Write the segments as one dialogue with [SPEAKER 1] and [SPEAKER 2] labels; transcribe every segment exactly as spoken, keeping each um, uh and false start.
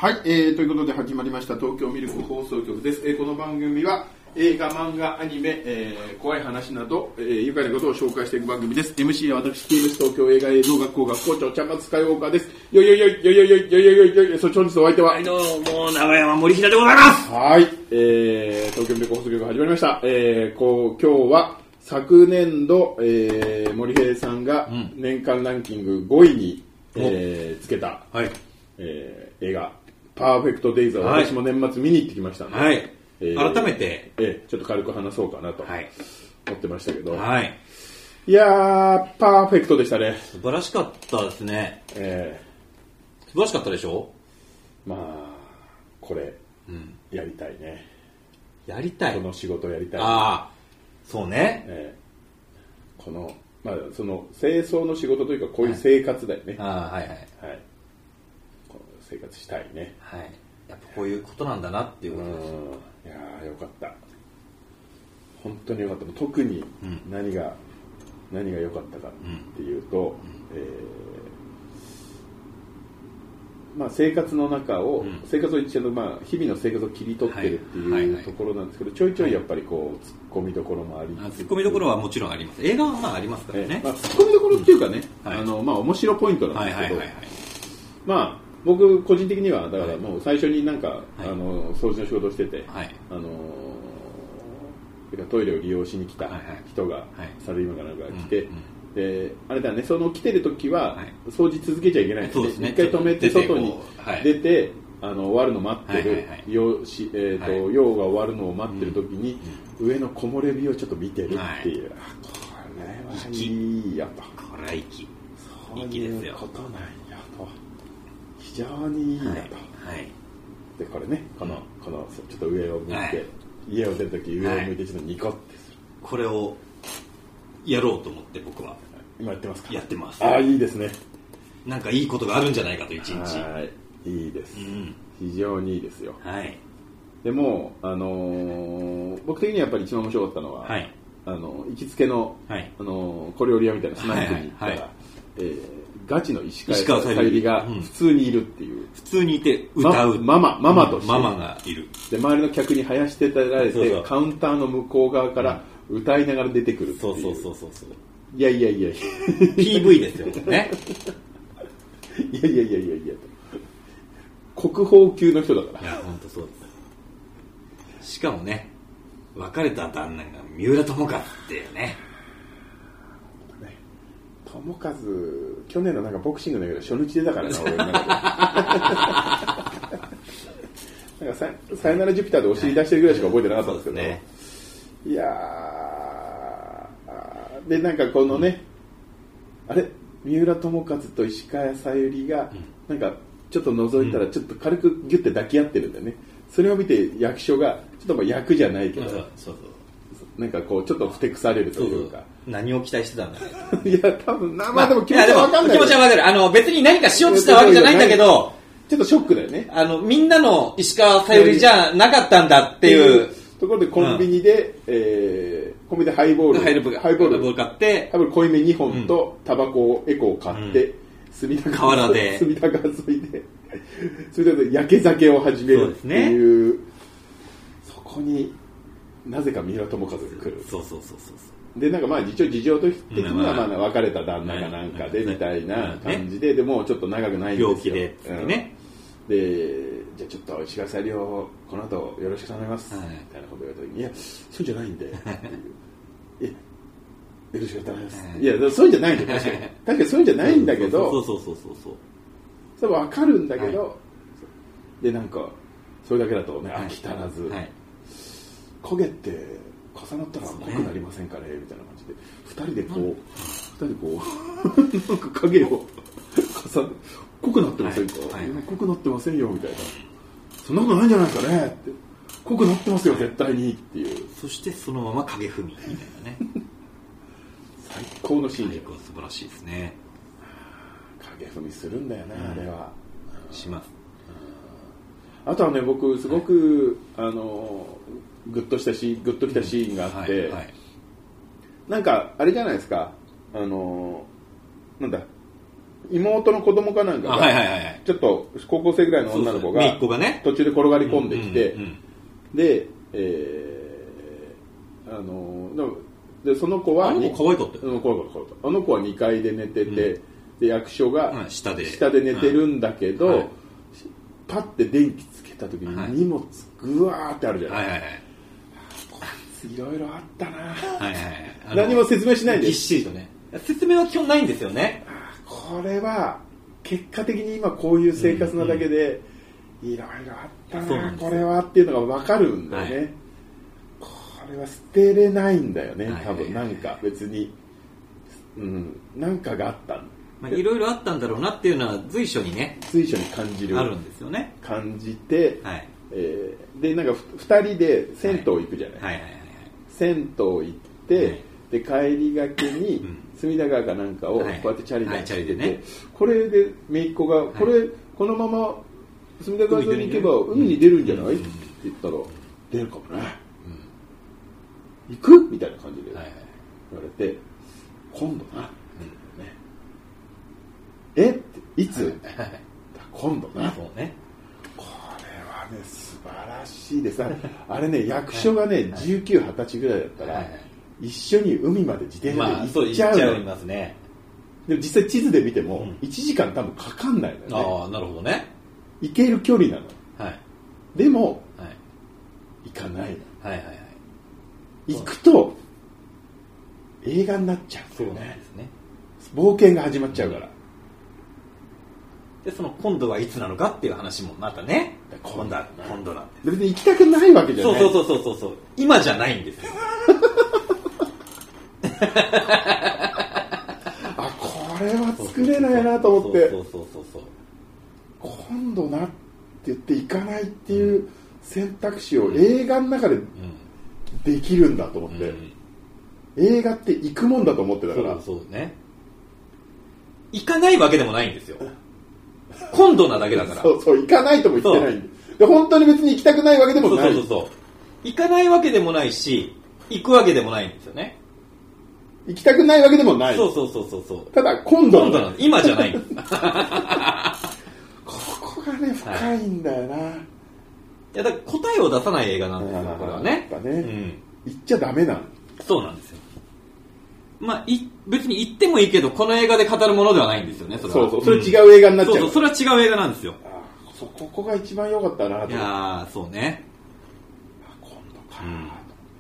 [SPEAKER 1] はい、えー、ということで始まりました東京ミルク放送局です。えー、この番組は映画、漫画、アニメ、えー、怖い話など、えー、愉快なことを紹介していく番組です。エムシー は私、ティーエムエス東京映画映像学校学校長、ちゃんまつかいウォーカーです。よいよいよいよいよいよいよいよいよいよい、そして本日のお相手は、
[SPEAKER 2] はい、どうも、長山森平でございます。
[SPEAKER 1] はい、えー、東京ミルク放送局始まりました。えー、こう、今日は、昨年度、えー、森平さんが年間ランキングごいに、うん、えー、つけた、はい、えー、映画、パーフェクトデイズは私も年末見に行ってきましたので、はい、
[SPEAKER 2] えー、改めて、
[SPEAKER 1] えー、ちょっと軽く話そうかなと思ってましたけど、
[SPEAKER 2] はい、
[SPEAKER 1] いやー、パーフェクトでしたね。
[SPEAKER 2] 素晴らしかったですね。
[SPEAKER 1] え
[SPEAKER 2] ー、素晴らしかったでしょ。
[SPEAKER 1] まあ、これ、うん、やりたいね。
[SPEAKER 2] やりたい。
[SPEAKER 1] この仕事やりたい。
[SPEAKER 2] ああ、そうね。
[SPEAKER 1] えー、この、まあ、その清掃の仕事というかこういう生活だよね。
[SPEAKER 2] はい、あはいはいはい。
[SPEAKER 1] この生活したいね。
[SPEAKER 2] はい。やっぱこういうことなんだなっていうことです。
[SPEAKER 1] いやーよかった。本当によかった。特に何が、うん、何が良かったかっていうと、うん、えー、まあ生活の中を、うん、生活を一応のまあ日々の生活を切り取ってるっていうところなんですけど、ちょいちょいやっぱりこう突っ込みどころもあり、
[SPEAKER 2] 突っ込みどころはもちろんあります。映画はまあありますからね。
[SPEAKER 1] えーまあ、突っ込みどころっていうかね、はい、あのまあ面白ポイントなんですけど、まあ僕個人的にはだからもう最初になんか、はい、あの掃除の仕事をしてて、はい、あのトイレを利用しに来た人がサラリーマンかなんかが来て、であれだね、その来てる時は掃除続けちゃいけないんですね。一、ね、回止めて外に出て、はい、あの終わるの待ってる、用しえっ、ー、と、はい、用が終わるのを待ってる時に、うん、上の木漏れ日をちょっと見てるっていう、はい、これはいいやと。
[SPEAKER 2] これは息
[SPEAKER 1] 息ですよ。ことなんやと。非常にいいなと、はいはい、でこれねこの、うん、このちょっと上を向いて、はい、家を出るとき上を向いてちょっとニコってする、
[SPEAKER 2] はい、これをやろうと思って僕は
[SPEAKER 1] 今やってますか。
[SPEAKER 2] やってます。
[SPEAKER 1] ああいいですね。
[SPEAKER 2] なんかいいことがあるんじゃないかと一日。
[SPEAKER 1] はいいいです、うん、非常にいいですよ。
[SPEAKER 2] はい
[SPEAKER 1] でもあのー、僕的にはやっぱり一番面白かったのは、はい、あの行きつけの、はい、あのー、小料理屋みたいなスナックに行ったら、はいはいはい、えーガチの石川さゆりが普通にいるっていう、うん、
[SPEAKER 2] 普通にいて歌う、
[SPEAKER 1] ま、ママママとして、
[SPEAKER 2] ママがいる
[SPEAKER 1] で周りの客に生やしてたられて、そうそうカウンターの向こう側から歌いながら出てくるっていう、
[SPEAKER 2] そうそうそうそうそう
[SPEAKER 1] いやいやいや
[SPEAKER 2] ピーブイ ですよね
[SPEAKER 1] いやいやいやいやいや国宝級の人だから。
[SPEAKER 2] いや本当そうです。しかもね別れた旦那が三浦友和っていうね。
[SPEAKER 1] 友和去年のなんかボクシングのけど初日出たからな俺の中でなんか さ, さよならジュピターでお尻出してるぐらいしか覚えてなかったんですけど、ね、いやーでなんかこのね、うん、あれ三浦友和と石川さゆりが、うん、なんかちょっと覗いたらちょっと軽くギュッて抱き合ってるんだよね。それを見て役所がちょっとまあ役じゃないけど、うん、そうそうなんかこうちょっとふてくされるというか、そうそう
[SPEAKER 2] 何を期待してたんだね
[SPEAKER 1] いや多分な、まあでも気持ちは分かんない、
[SPEAKER 2] 気持ちは分かる。あの別に何かしようとしたわけじゃないんだけど、
[SPEAKER 1] ちょっとショックだよね。
[SPEAKER 2] あのみんなの石川さゆりじゃなかったんだっていう
[SPEAKER 1] ところでコンビニで、うんえー、コンビニでハイボール
[SPEAKER 2] ハイボールハイボール買って
[SPEAKER 1] 多分濃いめにほんとタバコをエコを買って、うん、隅田
[SPEAKER 2] 川原で
[SPEAKER 1] 隅田川沿いでそれで焼け酒を始めるっていう、 そ, ね、そこになぜか三浦友和が来る。
[SPEAKER 2] そうそうそうそう
[SPEAKER 1] でなんかまあ一応事情的にはまあ別れた旦那がなんかでみたいな感じで、でもちょっと長くないんですよ。
[SPEAKER 2] 病気でってね、
[SPEAKER 1] うん、でじゃあちょっと石川さゆりをこの後よろしく頼みます、はい、みたいなこと言われた時にいやそうじゃないんでいやよろしく頼みます、はい、いやそうじゃないんで確かに確かにそうじゃないんだけど
[SPEAKER 2] そうそうそうそうそう
[SPEAKER 1] それ分かるんだけど、はい、でなんかそれだけだとね飽き足らず、はいはい影って重なったら濃くなりませんかねみたいな感じでふたりでこうふたりでこうなんか影を重ね濃くなってませんか、はいはい、濃くなってませんよみたいなそんなことないんじゃないですかねって濃くなってますよ絶対にっていう。
[SPEAKER 2] そしてそのまま影踏みみたいなね
[SPEAKER 1] 最高のシーン。
[SPEAKER 2] 最高素晴らしいですね。
[SPEAKER 1] 影踏みするんだよね、うん、あれは
[SPEAKER 2] します。
[SPEAKER 1] あとはね僕すごく、はい、あのグッとしたしグッときたシーンがあって、うんはいはい、なんかあれじゃないですかあのなんだ妹の子供かなんかが、
[SPEAKER 2] はいはいはい、
[SPEAKER 1] ちょっと高校生ぐらいの女の子が、
[SPEAKER 2] そうそうがね、
[SPEAKER 1] 途中で転がり込んできて、
[SPEAKER 2] うんうんうん、
[SPEAKER 1] で、えー、あのでその子は
[SPEAKER 2] あの子可愛かったよ、
[SPEAKER 1] うん、可愛かった可愛かった。あの子はにかいで寝てて、うん、で役所が
[SPEAKER 2] 下で、
[SPEAKER 1] 下で寝てるんだけど、はい、パッて電気つけた時に荷物ぐわーってあるじゃない、はいはいはい、いろいろあったな、はいはいはい、何も説明しないで
[SPEAKER 2] ぎっしりとね、説明は基本ないんですよね。
[SPEAKER 1] これは結果的に今こういう生活なだけで、いろいろあったなこれはっていうのが分かるんだよね、はい、これは捨てれないんだよね、多分なんか別に、うん、なんかがあったんだ、
[SPEAKER 2] まあ、いろいろあったんだろうなっていうのは随所にね
[SPEAKER 1] 随所に感じる
[SPEAKER 2] あるんですよね、
[SPEAKER 1] 感じて、はい、えー、でなんかふたりで銭湯行くじゃない、はいはいはいはい、銭湯行って、はい、で帰りがけに、うん、隅田川かなんかをこうやってチャリで走ってて、はいはいね、これで姪っ子が、はい、これこのまま隅田川沿いに行けば海に出るんじゃない、うん、って言ったら出るかもね、うん、行くみたいな感じで言われて、今度な、うんね、えっていつ、はい、今度な、そうね、これはね素晴らしいです。あれね役所がね、はい、じゅうきゅう、はたちぐらいだったら、はい、一緒に海まで自転車で行っちゃうの、まあ、行っちゃいますね。でも実際地図で見てもいちじかん多分かかんないのよね、
[SPEAKER 2] ああなるほどね、
[SPEAKER 1] 行ける距離なの、はい、でも、はい、行かないの、はいはいはい、行くと映画になっちゃう、そうなんですね、冒険が始まっちゃうから、
[SPEAKER 2] うん、でその今度はいつなのかっていう話もまたね、今度は今度なんです。
[SPEAKER 1] 別に行きたくないわけじゃない、
[SPEAKER 2] そうそうそうそうそう、今じゃないんですよ
[SPEAKER 1] あ、これは作れないなと思って、そうそうそうそう、今度なって言って行かないっていう選択肢を映画の中でできるんだと思って、うんうん、映画って行くもんだと思ってたから、
[SPEAKER 2] そうそうね、行かないわけでもないんですよ今度なだけだから、
[SPEAKER 1] そうそう、行かないとも言ってないんで、本当に別に行きたくないわけでもない、
[SPEAKER 2] そうそうそうそう、行かないわけでもないし行くわけでもないんですよね、
[SPEAKER 1] 行きたくないわけでもない、
[SPEAKER 2] そうそうそうそうそう、
[SPEAKER 1] ただ今度
[SPEAKER 2] なの、今じゃない
[SPEAKER 1] ここがね深いんだよな、はい、い
[SPEAKER 2] やだから答えを出さない映画なんですよこれはね、やっぱね、うん、
[SPEAKER 1] 言っちゃダメなの、
[SPEAKER 2] そうなんですよ、まあ、い別に言ってもいいけどこの映画で語るものではないんですよね、それは、
[SPEAKER 1] そうそう、それ違う映画になっちゃう、
[SPEAKER 2] そうそう、それは違う映画なんですよ、
[SPEAKER 1] あそここが一番良かったなと、
[SPEAKER 2] いやそうね、
[SPEAKER 1] あ今度か、うん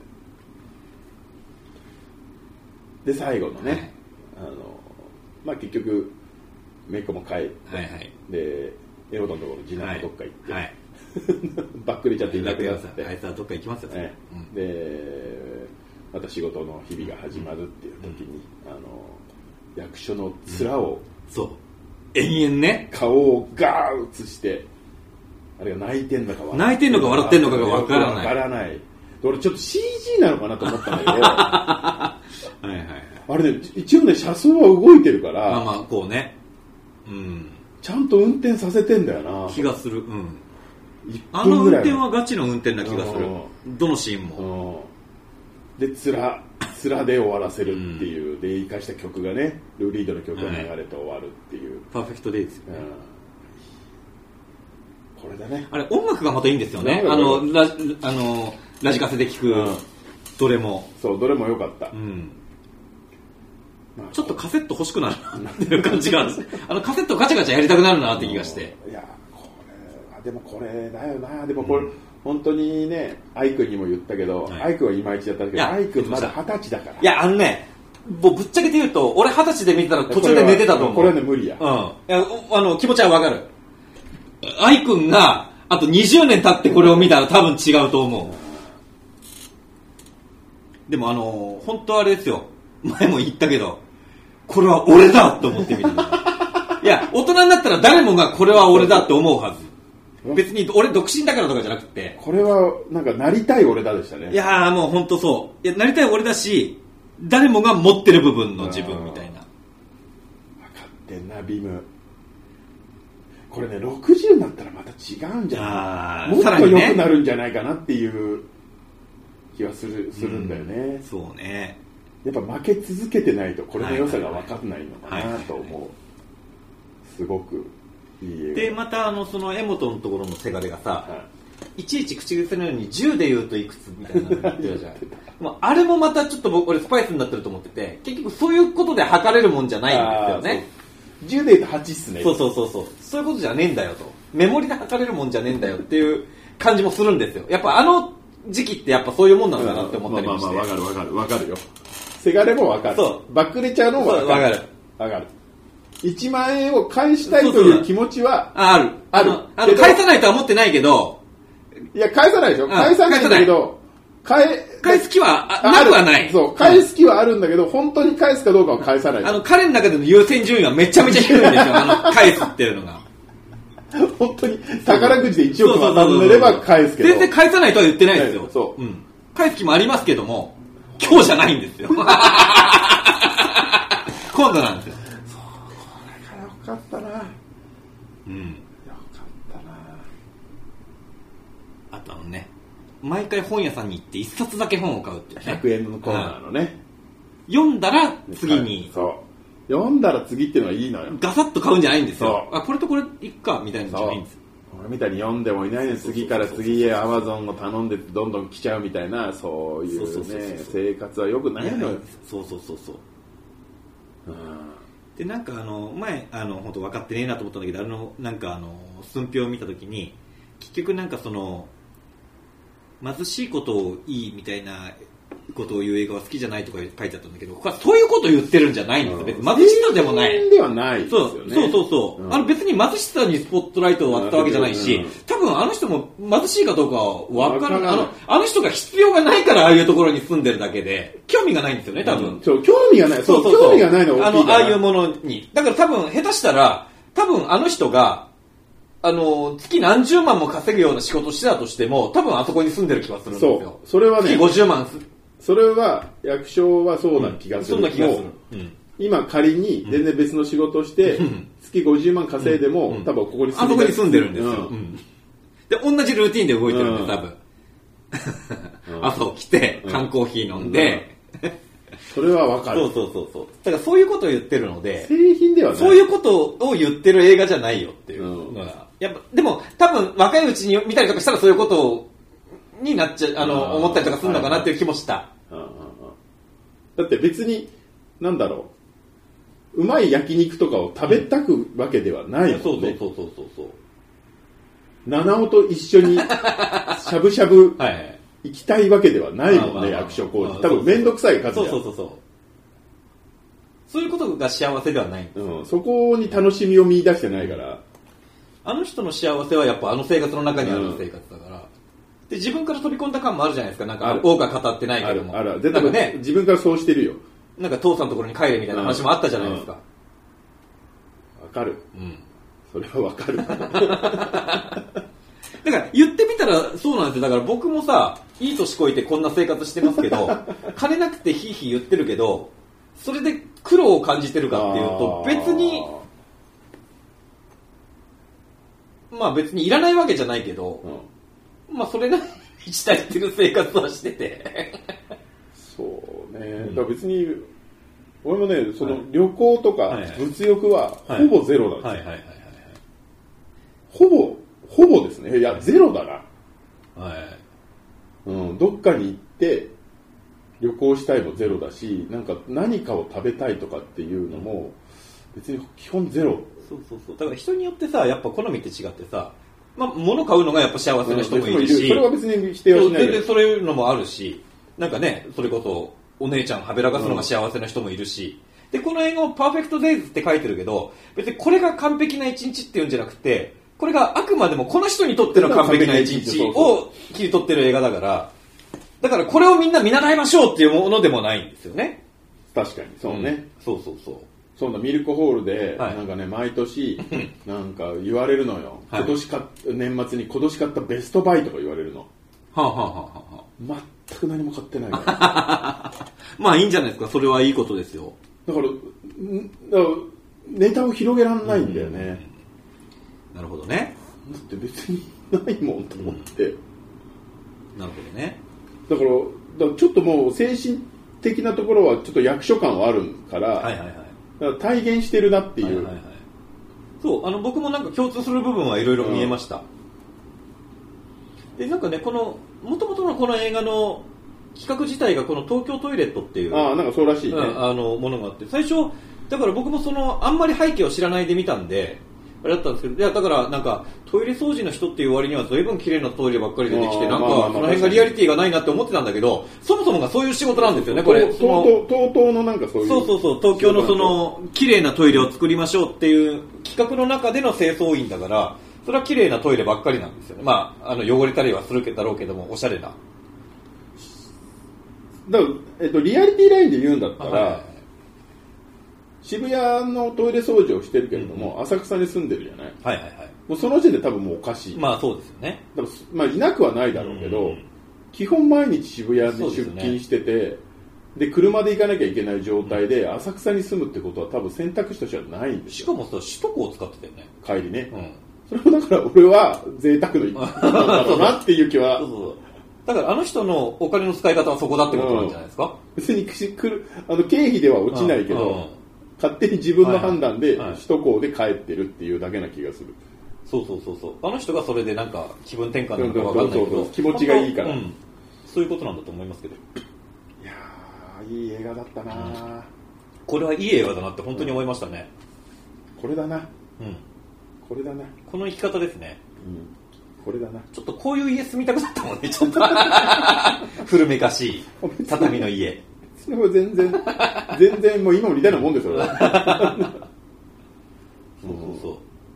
[SPEAKER 1] で最後のね、はい、あのまあ、結局メイコも帰って、はいはい、でエロドのところ次男がどっか行って、はいはい、バックレちゃっていなくなって、
[SPEAKER 2] あいつはどっか行きますよね、ね、
[SPEAKER 1] うん、でまた仕事の日々が始まるっていう時に、うん、あの役所の面を、
[SPEAKER 2] うん、そう延々ね
[SPEAKER 1] 顔をガーッ映して、あれが泣いてんのか
[SPEAKER 2] 泣いてんのか笑ってんのかが分からない、
[SPEAKER 1] 分からない、俺ちょっと シージー なのかなと思ったんだけどはいはいはい、あれね、一応ね車窓は動いてるから、
[SPEAKER 2] まあまあこうね、うん、
[SPEAKER 1] ちゃんと運転させてんだよな
[SPEAKER 2] 気がする、うん、あの運転はガチの運転な気がする、どのシーンも、
[SPEAKER 1] でつらつらで終わらせるっていう、うん、で生かした曲がね、ルーリードの曲が流れて終わるっていう、はい、
[SPEAKER 2] パーフェクトデイですよね、
[SPEAKER 1] うん、これだね、
[SPEAKER 2] あれ音楽がまたいいんですよね、あの ラ, あのラジカセで聴く、うん、どれも
[SPEAKER 1] そう、どれも良かった、
[SPEAKER 2] うん、ちょっとカセット欲しくなるなっていう感じがあるあのカセットガチャガチャやりたくなるなって気がして、
[SPEAKER 1] いやこれはでもこれだよな、でもこれ、うん、本当にね、アイ君にも言ったけど、はい、アイ君はいまいちだったけど、アイ君まだ二十歳だから、
[SPEAKER 2] いやあのね、もうぶっちゃけて言うと俺二十歳で見てたら途中で寝てたと思う、
[SPEAKER 1] これはね無理や、
[SPEAKER 2] うん、いやあの気持ちはわかる、アイ君があとにじゅうねん経ってこれを見たら多分違うと思う、でもあの本当あれですよ、前も言ったけどこれは俺だと思ってみるいや大人になったら誰もがこれは俺だって思うはず、別に俺独身だからとかじゃなくて、
[SPEAKER 1] これはなんかなりたい俺だでしたね、
[SPEAKER 2] いやもう本当そう、いやなりたい俺だし、誰もが持ってる部分の自分みたいな、分か
[SPEAKER 1] ってんなビム、これねろくじゅうになったらまた違うんじゃない、もっと良くなるんじゃないかなっていう気はする、するんだよね、うん、
[SPEAKER 2] そうね、
[SPEAKER 1] やっぱ負け続けてないとこれの良さが分かんないのかなと思う、はいはいはい、 すごくいい映画
[SPEAKER 2] でまたあのその江本のところのせがれがさ、
[SPEAKER 1] はい、
[SPEAKER 2] いちいち口癖のようにじゅうで言うといくつみたいなの言ってるじゃんまあ、あれもまたちょっと僕俺スパイスになってると思ってて、結局そういうことで測れるもんじゃないんですよね。
[SPEAKER 1] じゅうで言うとはちっすね。
[SPEAKER 2] そうそうそうそうそういうことじゃねえんだよと、メモリで測れるもんじゃねえんだよっていう感じもするんですよ。やっぱあの時期ってやっぱそういうもんなんだなって思ったりもして、
[SPEAKER 1] まあまあまあわかるわかるわかるよ。せがれもわかる。そうバックレちゃうのもわかる。
[SPEAKER 2] わかる
[SPEAKER 1] わかる。いちまん円を返したいという気持ちは
[SPEAKER 2] ある。ある。あの返さないとは思ってないけど、
[SPEAKER 1] いや返さないでしょ。返さないんだけど、返
[SPEAKER 2] 返す気はなくはない。
[SPEAKER 1] そう、返す気はあるんだけど、本当に返すかどうかは返さない。
[SPEAKER 2] あの彼の中での優先順位はめちゃめちゃ低いんですよ。あの返すっていうのが。
[SPEAKER 1] 本当に宝くじでいちおく当たれば返すけど。
[SPEAKER 2] 全然返さないとは言ってないですよ。
[SPEAKER 1] そう。
[SPEAKER 2] うん。返す気もありますけども、今日じゃないんですよ。今度なんですよ。
[SPEAKER 1] そう、これがよかったな。うん。よかったな。
[SPEAKER 2] あとあのね、毎回本屋さんに行って一冊だけ本を買うっていうね。
[SPEAKER 1] ひゃくえんのコーナーのね。
[SPEAKER 2] 読んだら次に。
[SPEAKER 1] そう。読んだら次っていうのはいいのよ。
[SPEAKER 2] ガサッと買うんじゃないんですよ。あ、これとこれいっかみたいなのじゃないんですよ。
[SPEAKER 1] 俺みたいに読んでもいないのに次から次へアマゾンを頼んでどんどん来ちゃうみたいな、そういうね生活は良くないのよ。
[SPEAKER 2] そうそうそうそう。うん、でなんかあの前あの本当分かってねえなと思ったんだけど、あのなんかあの寸評を見た時に結局なんかその貧しいことをいいみたいなことを言う映画は好きじゃないとか書いてあったんだけど、これはそういうことを言ってるんじゃないんですよ。別に貧しさでもない。
[SPEAKER 1] ではないですよね。
[SPEAKER 2] そうそうそう、うん、あの別に貧しさにスポットライトを当てたわけじゃないし、うん、多分あの人も貧しいかどうかは分からない。あのあの人が必要がないからああいうところに住んでるだけで興味がないんですよね多分。
[SPEAKER 1] うん、そう興味がない。そうそうそう興味がないのが大きいから。
[SPEAKER 2] あのああいうものにだから多分下手したら多分あの人があの月何十万も稼ぐような仕事をしてたとしても多分あそこに住んでる気がするんですよ。
[SPEAKER 1] そうそれはね
[SPEAKER 2] 月ごじゅうまん
[SPEAKER 1] それは役所はそうな気がする、うん、そんな気がする、うん、今仮に全然別の仕事をして、うん、月ごじゅうまん稼いでも、うん、多分ここに
[SPEAKER 2] 住んでるあそこに住んでるんですよ、うん、で同じルーティンで動いてるんで多分、うん、朝起きて缶コーヒー飲んで、
[SPEAKER 1] うん、それは分かる。
[SPEAKER 2] そうそうそうそうだからそういうことを言ってるので
[SPEAKER 1] 製品ではない
[SPEAKER 2] そういうことを言ってる映画じゃないよっていうのが、うん、やっぱでも多分若いうちに見たりとかしたらそういうことをになっちゃあの思ったりとかするのかなっていう気もした。
[SPEAKER 1] だって別に何だろううまい焼肉とかを食べたくわけではないもんね。
[SPEAKER 2] そうそうそうそうそう
[SPEAKER 1] 七尾と一緒にしゃぶしゃぶ行きたいわけではないもんね。役所工事多分面倒くさい数じゃん。
[SPEAKER 2] そうそうそうそうそういうことが幸せではないんです、
[SPEAKER 1] うん、そこに楽しみを見出してないから。
[SPEAKER 2] あの人の幸せはやっぱあの生活の中にある生活だから、うん、で自分から飛び込んだ感もあるじゃないですか。なんか多くは語ってないけども
[SPEAKER 1] あるある絶対ね自分からそうしてるよ。
[SPEAKER 2] なんか父さんのところに帰れみたいな話もあったじゃないですか。わ、
[SPEAKER 1] うんうん、かる、うん、それはわかるだ
[SPEAKER 2] から言ってみたらそうなんですよ。だから僕もさいい年こいてこんな生活してますけど金なくてヒーヒー言ってるけどそれで苦労を感じてるかっていうと別にまあ別にいらないわけじゃないけど、うん、まあそれなりに満ち足りてる生活はしてて
[SPEAKER 1] そうね、うん、だから別に俺もねその旅行とか物欲はほぼゼロなんですよ。ほぼほぼですね。いやゼロだな、はいうん、どっかに行って旅行したいもゼロだしなんか何かを食べたいとかっていうのも別に基本ゼロ。
[SPEAKER 2] そうそうそうだから人によってさやっぱ好みって違ってさ、まあ、物買うのがやっぱ幸せな人もいるし、
[SPEAKER 1] それは別に否定はしない。
[SPEAKER 2] 全然そういうのもあるしなんかねそれこそお姉ちゃんはべらかすのが幸せな人もいるし、うん、でこの映画もパーフェクトデイズって書いてるけど別にこれが完璧な一日っていうんじゃなくてこれがあくまでもこの人にとっての完璧な一日を切り取ってる映画だからだからこれをみんな見習いましょうっていうものでもないんですよね。
[SPEAKER 1] 確かにそうね、うん、
[SPEAKER 2] そうそうそう
[SPEAKER 1] そんなミルクホールで、はい、なんかね毎年なんか言われるのよ、はい、今年か年末に今年買ったベストバイとか言われるの。は
[SPEAKER 2] あ、はあはあは
[SPEAKER 1] あ、全く何も買ってない
[SPEAKER 2] まあいいんじゃないですか。それはいいことですよ。
[SPEAKER 1] だからだからネタを広げられないんだよね、うんうんうん、
[SPEAKER 2] なるほどね。
[SPEAKER 1] だって別にないもんと思って、うん、
[SPEAKER 2] なるほどね。
[SPEAKER 1] だから、だからちょっともう精神的なところはちょっと役所感はあるから、はいはいはい、だから体現してるなっていう、はいはいはい、
[SPEAKER 2] そうあの僕もなんか共通する部分はいろいろ見えました、うん、でなんかねこの元々のこの映画の企画自体がこの東京トイレットっていう
[SPEAKER 1] あなんかそうらしいね、
[SPEAKER 2] うん、あのものがあって最初だから僕もそのあんまり背景を知らないで見たんであれだったんですけどいやだからなんかトイレ掃除の人っていう割には随分綺麗なトイレばっかり出てきてなんかその辺がリアリティがないなって思ってたんだけどそもそもがそういう仕事なんですよねこれ
[SPEAKER 1] その とうとうのなんかそういう
[SPEAKER 2] そうそうそう東京のその綺麗なトイレを作りましょうっていう企画の中での清掃員だからそれは綺麗なトイレばっかりなんですよねまああの汚れたりはするだろうけどもおしゃれな
[SPEAKER 1] だから、えっと、リアリティラインで言うんだったら、はい、渋谷のトイレ掃除をしてるけれども、うん、浅草に住んでるじゃない、
[SPEAKER 2] はいはいはい、
[SPEAKER 1] もうその時点で多分もうおかしい
[SPEAKER 2] まあそうですよね
[SPEAKER 1] だから、まあ、いなくはないだろうけど、うん、基本毎日渋谷に出勤してて で,、ね、で車で行かなきゃいけない状態で、うん、浅草に住むってことは多分選択肢としてはないんですよ
[SPEAKER 2] しかもさ首都高を使ってたよね
[SPEAKER 1] 帰りね、うん、それもだから俺は贅沢の一環だろうなっていう気はそうそうそう
[SPEAKER 2] だからあの人のお金の使い方はそこだってことなんじゃないですか、
[SPEAKER 1] うん、別に来るあの経費では落ちないけど、うんうん、勝手に自分の判断で首都高で帰ってるっていうだけな気がする、
[SPEAKER 2] そうそうそうそうあの人がそれでなんか気分転換なのか分かんないけど、
[SPEAKER 1] そうそうそう気持ちがいいから、
[SPEAKER 2] うん、そういうことなんだと思いますけどい
[SPEAKER 1] やーいい映画だったな、うん、
[SPEAKER 2] これはいい映画だなって本当に思いましたね、
[SPEAKER 1] うん、これだな、うん、これだな
[SPEAKER 2] この生き方ですね、
[SPEAKER 1] うんこれだな
[SPEAKER 2] ちょっとこういう家住みたくなったもんねちょっと古めかしい畳の家
[SPEAKER 1] それも全然全然もう今も似たようなもんですよそうそう
[SPEAKER 2] そう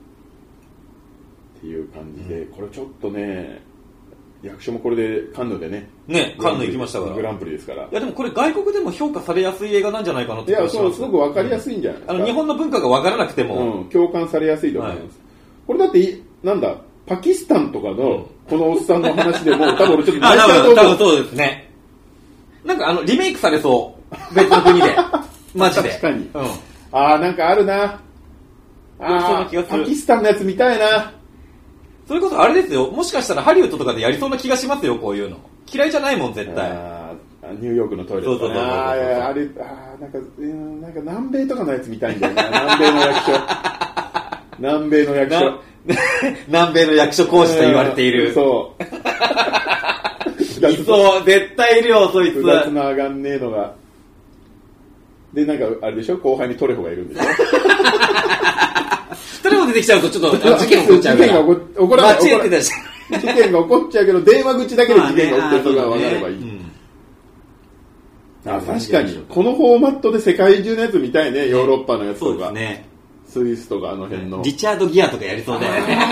[SPEAKER 1] っていう感じで、うん、これちょっとね役所もこれでカンヌでね
[SPEAKER 2] ねカンヌ行きましたから
[SPEAKER 1] グランプリですからい
[SPEAKER 2] やでもこれ外国でも評価されやすい映画なんじゃないかなって気がします。
[SPEAKER 1] いやそうすごく分かりやすいんじゃないですか、
[SPEAKER 2] うん、あの日本の文化が分からなくても、
[SPEAKER 1] うん、共感されやすいと思います、はい、これだってなんだパキスタンとかのこのおっさんの話でも多分俺ちょっと泣いちゃうと思う
[SPEAKER 2] 多分そうですねなんかあのリメイクされそう別の国でマジで
[SPEAKER 1] 確かに、うん、ああなんかあるなあパキスタンのやつ見たいな
[SPEAKER 2] それこそあれですよもしかしたらハリウッドとかでやりそうな気がしますよこういうの嫌いじゃないもん絶対
[SPEAKER 1] あニューヨークのトイレとかねああれあなんかなんか南米とかのやつ見たいんだよな南米の役所南米の役所
[SPEAKER 2] 南米の役所講師と言われている、
[SPEAKER 1] うん、そう
[SPEAKER 2] いそう絶対いるよそいつ
[SPEAKER 1] 複雑なあがんねえのがでなんかあれでしょ後輩にトレホがいるんでしょ
[SPEAKER 2] トレホ出てきちゃうとちょっと事件起こっちゃうから
[SPEAKER 1] 事件が起こらない
[SPEAKER 2] 間違ってたし
[SPEAKER 1] 事件が起こっちゃうけど電話口だけで事件が起きてることが分かればいい、ねうん、あ確かにこのフォーマットで世界中のやつ見たいねヨーロッパのやつとか、
[SPEAKER 2] そうですね
[SPEAKER 1] スイスとかあの辺の
[SPEAKER 2] リチャード・ギアとかやりそうだよね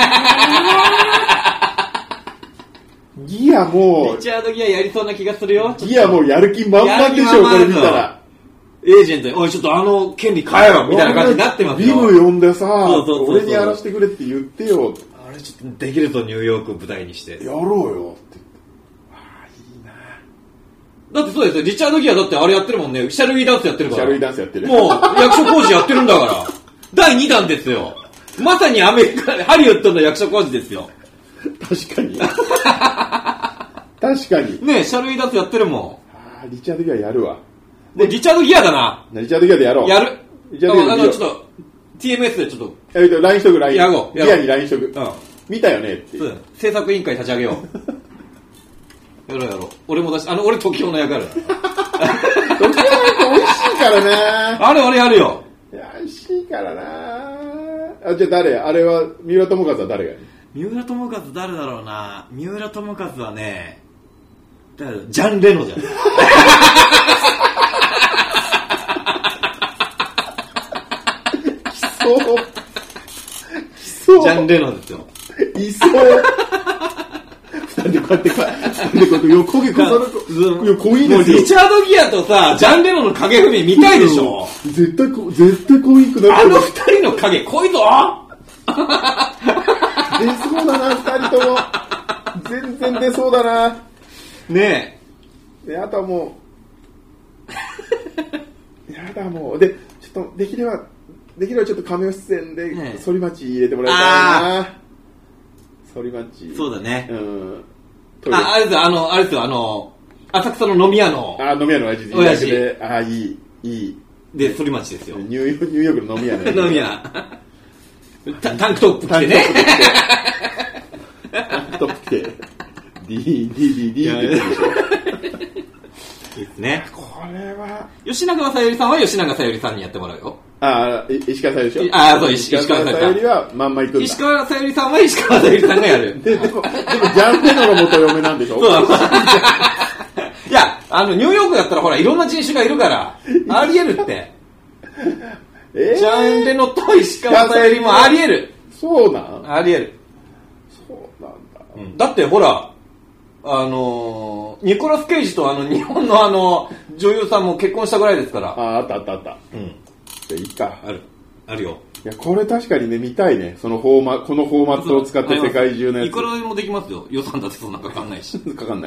[SPEAKER 1] ギアもう
[SPEAKER 2] リチャード・ギアやりそうな気がするよ
[SPEAKER 1] ギアもうやる気満々でしょこれ見たら
[SPEAKER 2] エージェントにおいちょっとあの権利変えろみたいな感じになってますよ
[SPEAKER 1] ビム呼んでさそうそうそうそう俺にやらせてくれって言ってよ
[SPEAKER 2] あれちょっとできるとニューヨークを舞台にして
[SPEAKER 1] やろうよってああいいな
[SPEAKER 2] だってそうですよリチャード・ギアだってあれやってるもんねシャルウィーダンスやってるから
[SPEAKER 1] シャルウィーダンスやってる
[SPEAKER 2] もう役所工事やってるんだからだいにだんですよまさにアメリカハリウッドの役所工事ですよ
[SPEAKER 1] 確かに確かに
[SPEAKER 2] ねえシャルウィーダンスやってるも
[SPEAKER 1] んああリチャード・ギアやるわ
[SPEAKER 2] でリチャード・ギアだな
[SPEAKER 1] リチャード・ギアでやろう
[SPEAKER 2] やる
[SPEAKER 1] リチャード・ギアでやろう
[SPEAKER 2] ちょっと ティーエムエス でちょっと
[SPEAKER 1] えっと ライン しとく ライン
[SPEAKER 2] やろう
[SPEAKER 1] ギアに ライン しとく、うん、見たよねっていう
[SPEAKER 2] 制作委員会立ち上げようやろうやろう俺もだしあの俺時雄の役ある時雄の
[SPEAKER 1] 役美味しいからな
[SPEAKER 2] あれ俺やるよ
[SPEAKER 1] 美味しいからなあじゃあ誰あれは三浦友和は誰がいい
[SPEAKER 2] 三浦友和誰だろうな三浦友和はね誰だジャン・レノじゃん
[SPEAKER 1] 来そう来そう
[SPEAKER 2] ジャン・レノですよ
[SPEAKER 1] いそう二人でこうやってこうやって横毛こさるといや濃いですよ
[SPEAKER 2] リチャード・ギアとさジャン・レノの影踏み見たいでしょ
[SPEAKER 1] 絶対こ絶対濃いくなる
[SPEAKER 2] あの二人の影濃いぞ
[SPEAKER 1] 出そうだな二人とも全然出そうだな
[SPEAKER 2] ね
[SPEAKER 1] えであとはもうやだもうでちょっとできればできればちょっとカメオ出演で反町入れてもらいたいな反町
[SPEAKER 2] そうだね
[SPEAKER 1] うん
[SPEAKER 2] ああれですよあのあれですよあの浅草の飲み屋の
[SPEAKER 1] あ飲み屋の親父
[SPEAKER 2] 親父
[SPEAKER 1] であいいいい
[SPEAKER 2] で反町ですよ
[SPEAKER 1] ニューヨークの飲み屋の
[SPEAKER 2] 飲み屋タ, タンクトップ着てね。
[SPEAKER 1] タンクトップ着て、ディーディーディーディーって言ってるでしょ。
[SPEAKER 2] いいですね。
[SPEAKER 1] これは。
[SPEAKER 2] 吉永小百合さんは吉永小百合さんにやってもらうよ。
[SPEAKER 1] ああ、石川さゆりでしょ。
[SPEAKER 2] ああ、そう、石川さゆ
[SPEAKER 1] りはまんま行くんだ。
[SPEAKER 2] 石川さゆりさんは石川さゆりさんがやる。
[SPEAKER 1] で、でも、でも、ジャンレノが元嫁なんでしょ。そう
[SPEAKER 2] いや、あの、ニューヨークだったらほら、いろんな人種がいるから、あり得るって。えー、ジャンレノと石川さゆりもあり得る。
[SPEAKER 1] そうなん
[SPEAKER 2] あり得る。
[SPEAKER 1] そうなんだ。
[SPEAKER 2] うん、だってほら、あのー、ニコラス・ケイジとあの日本のあの女優さんも結婚したぐらいですから。
[SPEAKER 1] ああ、あったあったあった。うん。じゃあいいか。
[SPEAKER 2] ある。あるよ。
[SPEAKER 1] いや、これ確かにね、見たいね。そのフォーマ、このフォーマットを使って世界中のやつ。
[SPEAKER 2] いくらでもできますよ。予算だってそんなかかんないし。
[SPEAKER 1] かかんない。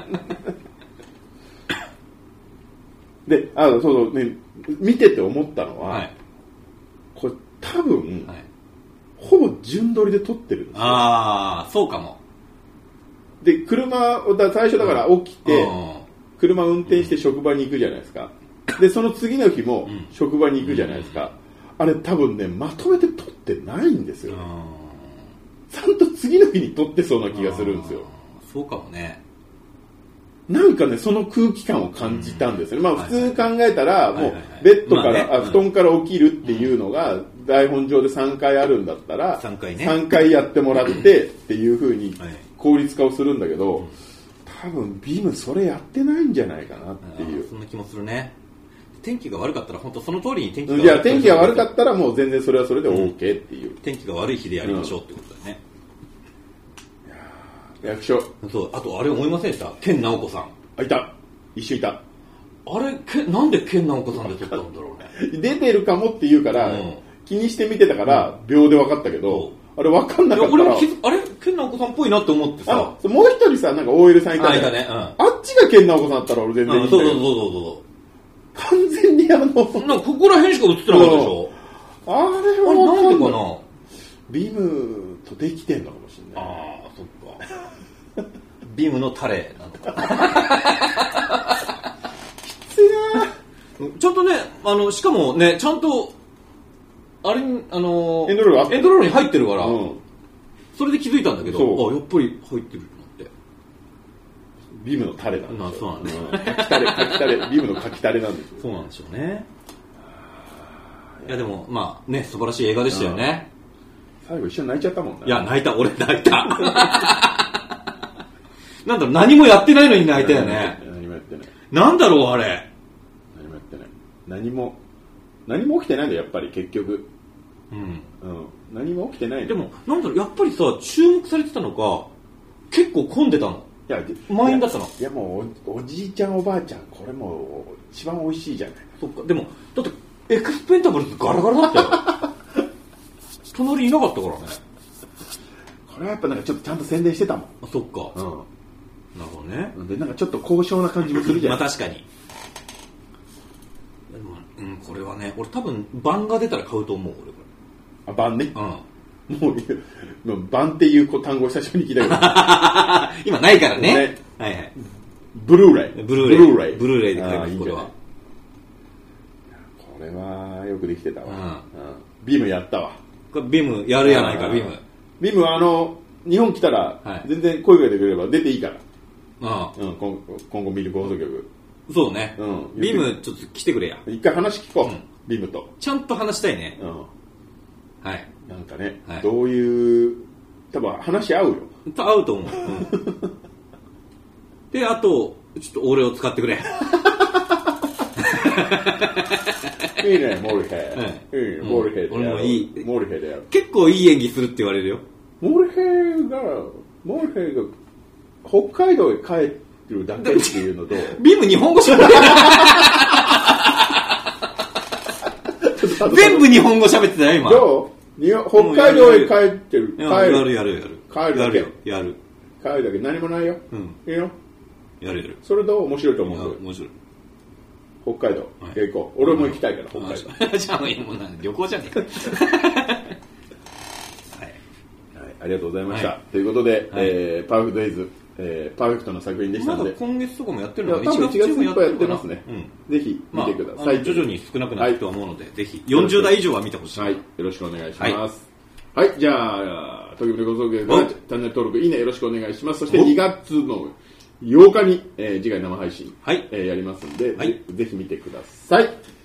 [SPEAKER 1] で、あ、そうそう、ね、見てて思ったのは、はい、これ多分、はい、ほぼ順撮りで撮ってるんですよ。
[SPEAKER 2] ああ、そうかも。
[SPEAKER 1] で、車をだ最初だから起きて、うん、車運転して職場に行くじゃないですか。で、その次の日も職場に行くじゃないですか。あれ多分ね、まとめて撮ってないんですよ。ちゃんと次の日に撮ってそうな気がするんですよ。
[SPEAKER 2] そうかもね。
[SPEAKER 1] なんかね、その空気感を感じたんですよね。まあ普通考えたら、もうベッドから、あ、布団から起きるっていうのが台本上でさんかいあるんだったら、
[SPEAKER 2] さんかいね。
[SPEAKER 1] さんかいやってもらってっていう風に効率化をするんだけど、多分ビームそれやってないんじゃないかなっていう。
[SPEAKER 2] そんな気もするね。天気が悪かったら本当その通りに天気が悪
[SPEAKER 1] かったら。いや、天気が悪かったらもう全然それはそれで OK っていう。うん、
[SPEAKER 2] 天気が悪い日でやりましょうってことだよね。
[SPEAKER 1] うん、いや役所。
[SPEAKER 2] そう、あとあれ思いませんでした？健直子さん。
[SPEAKER 1] あ、いた。一緒いた。
[SPEAKER 2] あれ、けなんで健直子さんで撮ったんだろうね。
[SPEAKER 1] 出てるかもって言うから、うん、気にして見てたから、秒で分かったけど、あれ分かんなかったら。
[SPEAKER 2] 俺もあれ健直子さんっぽいなって思ってさ。
[SPEAKER 1] もう一人さ、なんか オーエル さんいたね。
[SPEAKER 2] あ、いたね。うん、
[SPEAKER 1] あっちが健直子さんだったら俺全然いいんだよ。
[SPEAKER 2] そうそうそうそう。
[SPEAKER 1] 完全にあの、なんか
[SPEAKER 2] ここら辺しか映ってなかったでしょ。
[SPEAKER 1] あれは
[SPEAKER 2] なんでかな。
[SPEAKER 1] ビームとできてんのかもしれない。
[SPEAKER 2] ああ、そっか。ビームのタレなんとか。
[SPEAKER 1] きつい
[SPEAKER 2] な。ちゃんとね、あのしかもね、ちゃんとあれにあの
[SPEAKER 1] エンドロール
[SPEAKER 2] エンドロールに入ってるから、うん、それで気づいたんだけど、あ、やっぱり入ってるって。
[SPEAKER 1] ビームのタレなんですよ。
[SPEAKER 2] そうなんですよ。
[SPEAKER 1] かきタレ、かきタレ、ビームのかきタレなんですよ。
[SPEAKER 2] そうなんでしょうね。いやでもまあね、素晴らしい映画でしたよね。
[SPEAKER 1] 最後一緒に泣いちゃったもんね。
[SPEAKER 2] いや泣いた、俺泣いた。なんだろう、何もやってないのに泣いたよね。
[SPEAKER 1] 何もやってない。
[SPEAKER 2] なんだろうあれ。
[SPEAKER 1] 何もやってない。何も何も起きてないんだよやっぱり結局。うん。うん。何も起きてない。
[SPEAKER 2] でもなんだろう、やっぱりさ、注目されてたのか、結構混んでたの。
[SPEAKER 1] いや、
[SPEAKER 2] 満員だったの。
[SPEAKER 1] いやもう お, おじいちゃんおばあちゃん、これもう一番美味しいじゃない。
[SPEAKER 2] そっか。でもだってエクスペンタブルズガラガラだったよ。隣いなかったからね。
[SPEAKER 1] これはやっぱなんかちょっとちゃんと宣伝してたもん。
[SPEAKER 2] あ、そっか。うん。なるほどね。
[SPEAKER 1] でなんかちょっと高尚な感じもするじゃん。
[SPEAKER 2] まあ確かに。でも、うん、これはね、俺多分版が出たら買うと思う俺こ
[SPEAKER 1] れ。あ、版ね。
[SPEAKER 2] うん。
[SPEAKER 1] もう版っていう単語を久しぶりに聞いたけど。
[SPEAKER 2] 今ないからね。
[SPEAKER 1] ね、
[SPEAKER 2] はいはい。
[SPEAKER 1] ブルーレイ。
[SPEAKER 2] ブルーレイ。ブルーレイ。ブルーレイで買いますこれは。
[SPEAKER 1] これはよくできてたわ。うんうん、ビームやったわ。
[SPEAKER 2] これビームやるやないかビーム。
[SPEAKER 1] ビームはあの日本来たら、はい、全然声かけてくれれば出ていいから。うん、今, 今後見る放送局。
[SPEAKER 2] そうね、うん、ビームちょっと来てくれや。
[SPEAKER 1] 一回話聞こう、うん、ビームと
[SPEAKER 2] ちゃんと話したいね。うん、はい。
[SPEAKER 1] なんかね、はい、どういう多分話合うよ。
[SPEAKER 2] 合うと思う、うん、であとちょっと俺を使ってくれ。
[SPEAKER 1] いいね、モルヘイ、うん、モルヘイで
[SPEAKER 2] 俺もいい。
[SPEAKER 1] モルヘイでやる。
[SPEAKER 2] 結構いい演技するって言われるよ。
[SPEAKER 1] モルヘイがモルヘイが北海道へ帰ってるだけっていうのと
[SPEAKER 2] ビーム日本語喋ってる。全部日本語喋ってたよ今。
[SPEAKER 1] どう？北海道へ帰ってる。帰る。
[SPEAKER 2] やるやるやる。
[SPEAKER 1] 帰るだけ。
[SPEAKER 2] やる。
[SPEAKER 1] 帰るだけ。何もないよ。うん。いいよ。
[SPEAKER 2] やるやる。
[SPEAKER 1] それどう？面白いと思う。
[SPEAKER 2] 面白い。
[SPEAKER 1] 北海道。行こう。俺も行きたいから北海道。
[SPEAKER 2] じゃあもう旅行じゃねえか。
[SPEAKER 1] ありがとうございました。ということで、えー、パーフェクトデイズ、えー、パーフェクトな作品でしたので、
[SPEAKER 2] まだ今月とかもやってるのか
[SPEAKER 1] な。多分いちがついっぱいやってますね。うん、ぜひ見てください。
[SPEAKER 2] まあ、徐々に少なくなるとは思うので、はい、ぜひよんじゅう代以上は見てほしい。
[SPEAKER 1] はい、よろしくお願いします。はい。 はい、じゃあ、時々ご送迎のチャンネル登録、いいねよろしくお願いします。そしてにがつのようかに、えー、次回生配信、はいえー、やりますんで、はい、ぜ, ぜひ見てください。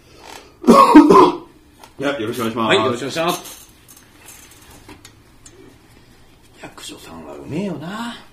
[SPEAKER 1] いや、よろしくお願いします。
[SPEAKER 2] はい、よろしくお願いします。百姓さんはうめえよな。